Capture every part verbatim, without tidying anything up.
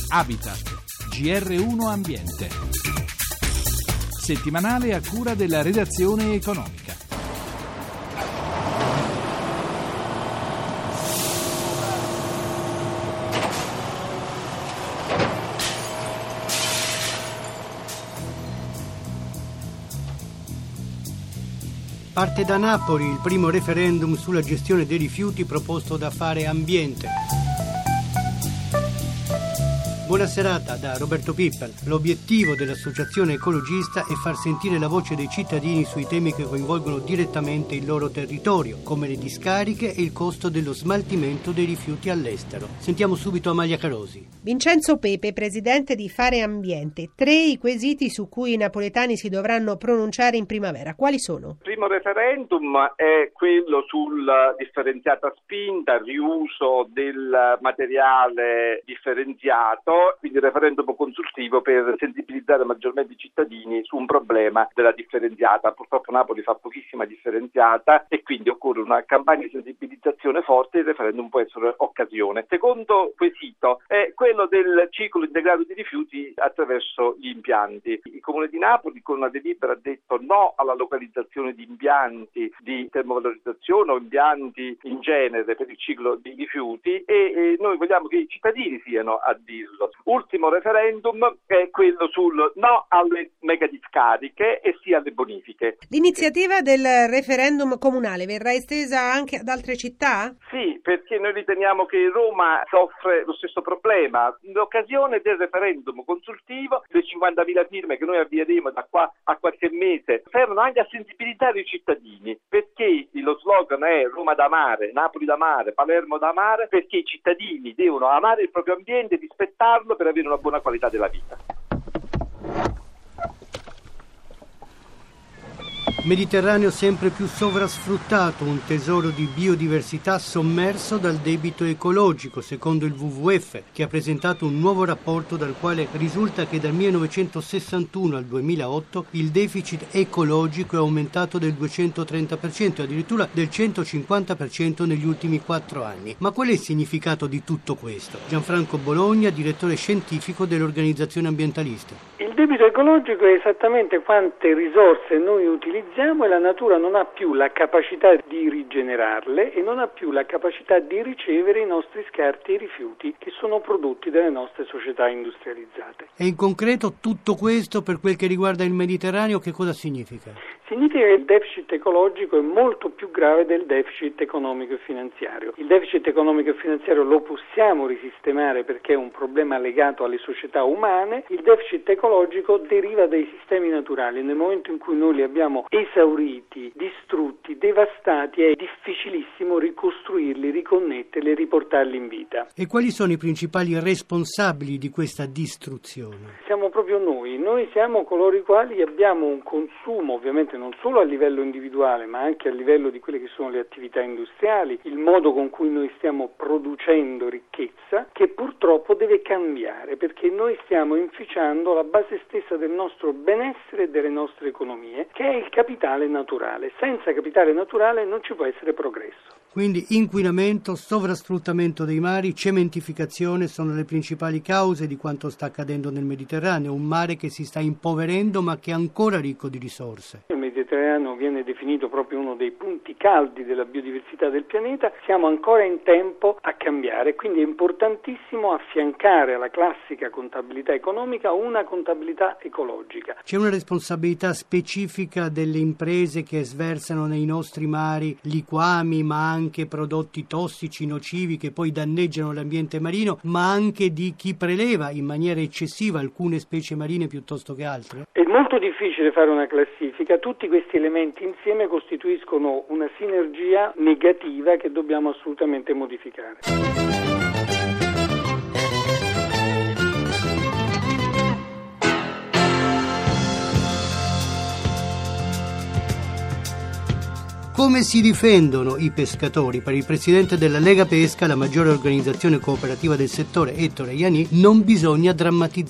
Habitat, G R uno Ambiente. Settimanale a cura della redazione economica. Parte da Napoli il primo referendum sulla gestione dei rifiuti proposto da Fare Ambiente. Buona serata da Roberto Pippan. L'obiettivo dell'associazione ecologista è far sentire la voce dei cittadini sui temi che coinvolgono direttamente il loro territorio, come le discariche e il costo dello smaltimento dei rifiuti all'estero. Sentiamo subito Amalia Carosi. Vincenzo Pepe, presidente di Fare Ambiente. Tre i quesiti su cui i napoletani si dovranno pronunciare in primavera. Quali sono? Il primo referendum è quello sulla differenziata spinta, riuso del materiale differenziato, quindi referendum consultivo per sensibilizzare maggiormente i cittadini su un problema della differenziata. Purtroppo Napoli fa pochissima differenziata e quindi occorre una campagna di sensibilizzazione forte e il referendum può essere occasione. Secondo quesito è quello del ciclo integrato di rifiuti attraverso gli impianti. Il Comune di Napoli con una delibera ha detto no alla localizzazione di impianti di termovalorizzazione o impianti in genere per il ciclo dei rifiuti e, e noi vogliamo che i cittadini siano a dirlo. Ultimo referendum è quello sul no alle megadiscariche e sì alle bonifiche. L'iniziativa del referendum comunale verrà estesa anche ad altre città? Sì, perché noi riteniamo che Roma soffre lo stesso problema. In occasione del referendum consultivo, le cinquantamila firme che noi avvieremo da qua a qualche mese servono anche a sensibilizzare i cittadini, perché lo slogan è Roma da mare, Napoli da mare, Palermo da mare, perché i cittadini devono amare il proprio ambiente e rispettarlo per avere una buona qualità della vita. Mediterraneo sempre più sovrasfruttato, un tesoro di biodiversità sommerso dal debito ecologico, secondo il W W F, che ha presentato un nuovo rapporto dal quale risulta che dal millenovecentosessantuno al duemilaotto il deficit ecologico è aumentato del duecentotrenta per cento e addirittura del centocinquanta per cento negli ultimi quattro anni. Ma qual è il significato di tutto questo? Gianfranco Bologna, direttore scientifico dell'organizzazione ambientalista. Il debito ecologico è esattamente quante risorse noi utilizziamo e la natura non ha più la capacità di rigenerarle e non ha più la capacità di ricevere i nostri scarti e rifiuti che sono prodotti dalle nostre società industrializzate. E in concreto tutto questo per quel che riguarda il Mediterraneo che cosa significa? Significa che il deficit ecologico è molto più grave del deficit economico e finanziario. Il deficit economico e finanziario lo possiamo risistemare perché è un problema legato alle società umane. Il deficit ecologico deriva dai sistemi naturali. Nel momento in cui noi li abbiamo esauriti, distrutti, devastati, è difficilissimo ricostruirli, riconnetterli e riportarli in vita. E quali sono i principali responsabili di questa distruzione? Siamo proprio noi. Noi siamo coloro i quali abbiamo un consumo, ovviamente non solo a livello individuale ma anche a livello di quelle che sono le attività industriali, il modo con cui noi stiamo producendo ricchezza, che purtroppo deve cambiare perché noi stiamo inficiando la base stessa del nostro benessere e delle nostre economie, che è il capitale naturale. Senza capitale naturale non ci può essere progresso. Quindi inquinamento, sovrasfruttamento dei mari, cementificazione sono le principali cause di quanto sta accadendo nel Mediterraneo, un mare che si sta impoverendo ma che è ancora ricco di risorse. Il Mediterraneo viene definito proprio uno dei punti caldi della biodiversità del pianeta, siamo ancora in tempo a cambiare, quindi è importantissimo affiancare alla classica contabilità economica una contabilità ecologica. C'è una responsabilità specifica delle imprese che sversano nei nostri mari liquami ma anche prodotti tossici, nocivi che poi danneggiano l'ambiente marino, ma anche di chi preleva in maniera eccessiva alcune specie marine piuttosto che altre? È molto difficile fare una classifica, tutti questi elementi insieme costituiscono una sinergia negativa che dobbiamo assolutamente modificare. Come si difendono i pescatori? Per il presidente della Lega Pesca, la maggiore organizzazione cooperativa del settore, Ettore Ianni, non bisogna drammatizzare.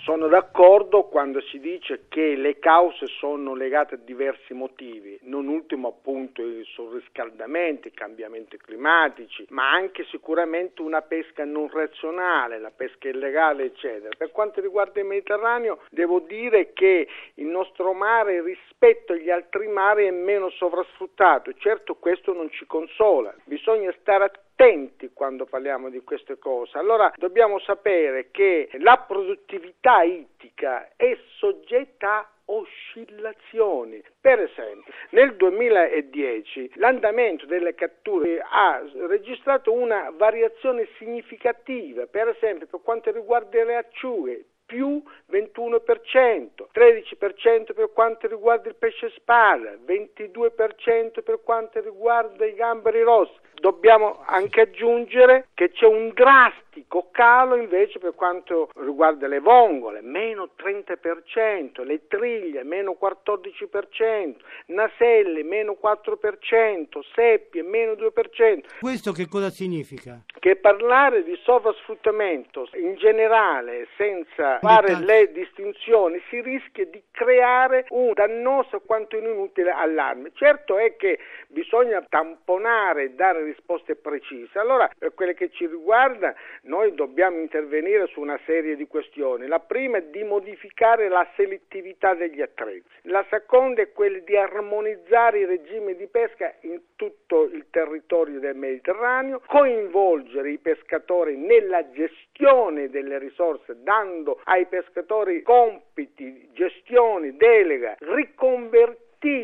Sono d'accordo quando si dice che le cause sono legate a diversi motivi, non ultimo appunto il surriscaldamento, i cambiamenti climatici, ma anche sicuramente una pesca non razionale, la pesca illegale eccetera. Per quanto riguarda il Mediterraneo devo dire che il nostro mare rispetto agli altri mari è meno sovrasfruttato, certo questo non ci consola, bisogna stare attenti quando parliamo di queste cose. Allora dobbiamo sapere che la produttività ittica è soggetta a oscillazioni. Per esempio, nel duemiladieci l'andamento delle catture ha registrato una variazione significativa, per esempio per quanto riguarda le acciughe, più ventuno per cento, tredici per cento per quanto riguarda il pesce spada, ventidue per cento per quanto riguarda i gamberi rossi. Dobbiamo anche aggiungere che c'è un drastico calo invece per quanto riguarda le vongole, meno trenta per cento, le triglie meno quattordici per cento, naselli meno quattro per cento, seppie meno due per cento. Questo che cosa significa? Che parlare di sovrasfruttamento in generale senza fare le distinzioni si rischia di creare un dannoso quanto inutile allarme. Certo è che bisogna tamponare e dare risposte precise. Allora, per quelle che ci riguarda, noi dobbiamo intervenire su una serie di questioni. La prima è di modificare la selettività degli attrezzi. La seconda è quella di armonizzare i regimi di pesca in tutto il territorio del Mediterraneo, coinvolgere i pescatori nella gestione delle risorse, dando ai pescatori compiti, gestioni, delega, riconvertire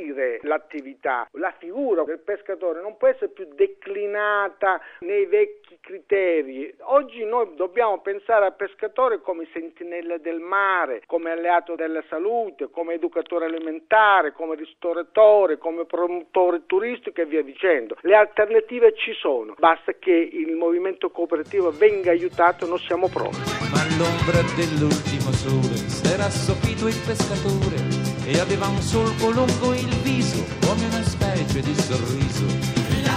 l'attività. La figura del pescatore non può essere più declinata nei vecchi criteri. Oggi noi dobbiamo pensare al pescatore come sentinella del mare, come alleato della salute, come educatore alimentare, come ristoratore, come promotore turistico e via dicendo. Le alternative ci sono, basta che il movimento cooperativo venga aiutato, noi siamo pronti. Ma all'ombra dell'ultimo sole s'era assopito il pescatore e aveva un solco lungo il viso come una specie di sorriso.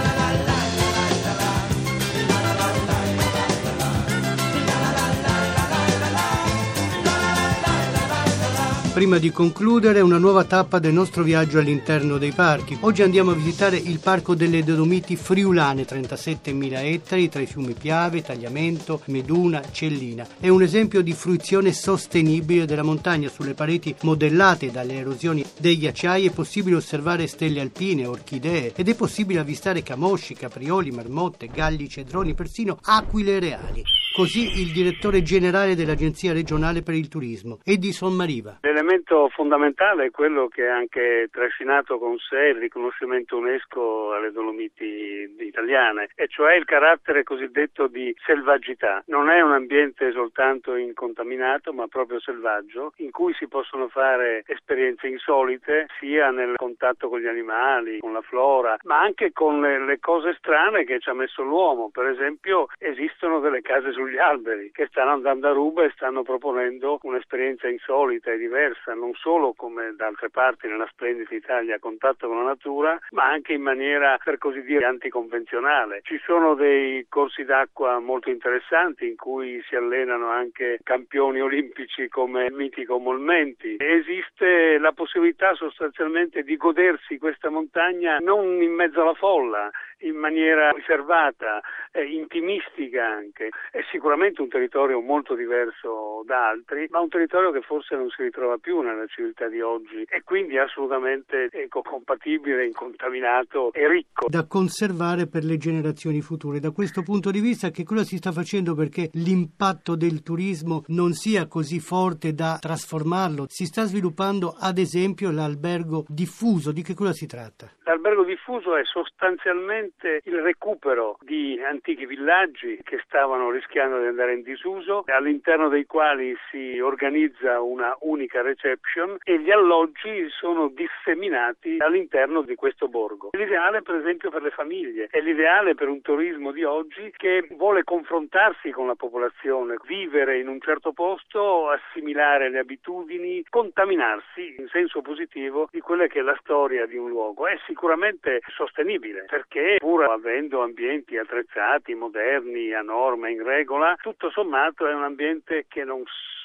Prima di concludere, una nuova tappa del nostro viaggio all'interno dei parchi. Oggi andiamo a visitare il Parco delle Dolomiti Friulane, trentasettemila ettari tra i fiumi Piave, Tagliamento, Meduna, Cellina. È un esempio di fruizione sostenibile della montagna. Sulle pareti modellate dalle erosioni dei ghiacciai è possibile osservare stelle alpine, orchidee ed è possibile avvistare camosci, caprioli, marmotte, galli, cedroni, persino aquile reali. Così il direttore generale dell'Agenzia regionale per il turismo, Edison Mariva. L'elemento fondamentale è quello che ha anche trascinato con sé il riconoscimento UNESCO alle Dolomiti italiane, e cioè il carattere cosiddetto di selvagità. Non è un ambiente soltanto incontaminato, ma proprio selvaggio, in cui si possono fare esperienze insolite, sia nel contatto con gli animali, con la flora, ma anche con le, le cose strane che ci ha messo l'uomo. Per esempio, esistono delle case sugli alberi che stanno andando a ruba e stanno proponendo un'esperienza insolita e diversa, non solo come da altre parti nella splendida Italia a contatto con la natura, ma anche in maniera per così dire anticonvenzionale. Ci sono dei corsi d'acqua molto interessanti in cui si allenano anche campioni olimpici come il mitico Molmenti. Esiste la possibilità sostanzialmente di godersi questa montagna non in mezzo alla folla, in maniera riservata, eh, intimistica anche. È sicuramente un territorio molto diverso da altri, ma un territorio che forse non si ritrova più nella civiltà di oggi e quindi assolutamente ecocompatibile, incontaminato e ricco. Da conservare per le generazioni future. Da questo punto di vista, che cosa si sta facendo perché l'impatto del turismo non sia così forte da trasformarlo? Si sta sviluppando ad esempio l'albergo diffuso. Di che cosa si tratta? L'albergo diffuso è sostanzialmente il recupero di antichi villaggi che stavano rischiando di andare in disuso, all'interno dei quali si organizza una unica reception e gli alloggi sono disseminati all'interno di questo borgo. È l'ideale per esempio per le famiglie, è l'ideale per un turismo di oggi che vuole confrontarsi con la popolazione, vivere in un certo posto, assimilare le abitudini, contaminarsi in senso positivo di quella che è la storia di un luogo. È sicuramente sostenibile perché pur avendo ambienti attrezzati, moderni, a norma, in regola, tutto sommato è un ambiente che non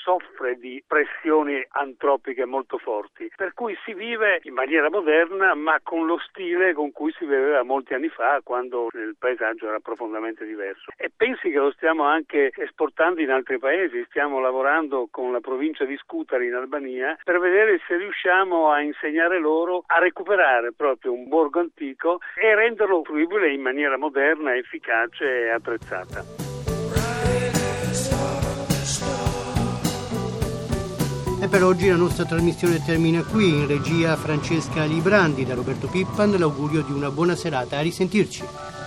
soffre di pressioni antropiche molto forti, per cui si vive in maniera moderna ma con lo stile con cui si viveva molti anni fa, quando il paesaggio era profondamente diverso. E pensi che lo stiamo anche esportando in altri paesi, stiamo lavorando con la provincia di Scutari in Albania per vedere se riusciamo a insegnare loro a recuperare proprio un borgo antico e renderlo fruibile in maniera moderna, efficace e attrezzata. E per oggi la nostra trasmissione termina qui. In regia Francesca Librandi, da Roberto Pippan l'augurio di una buona serata. A risentirci.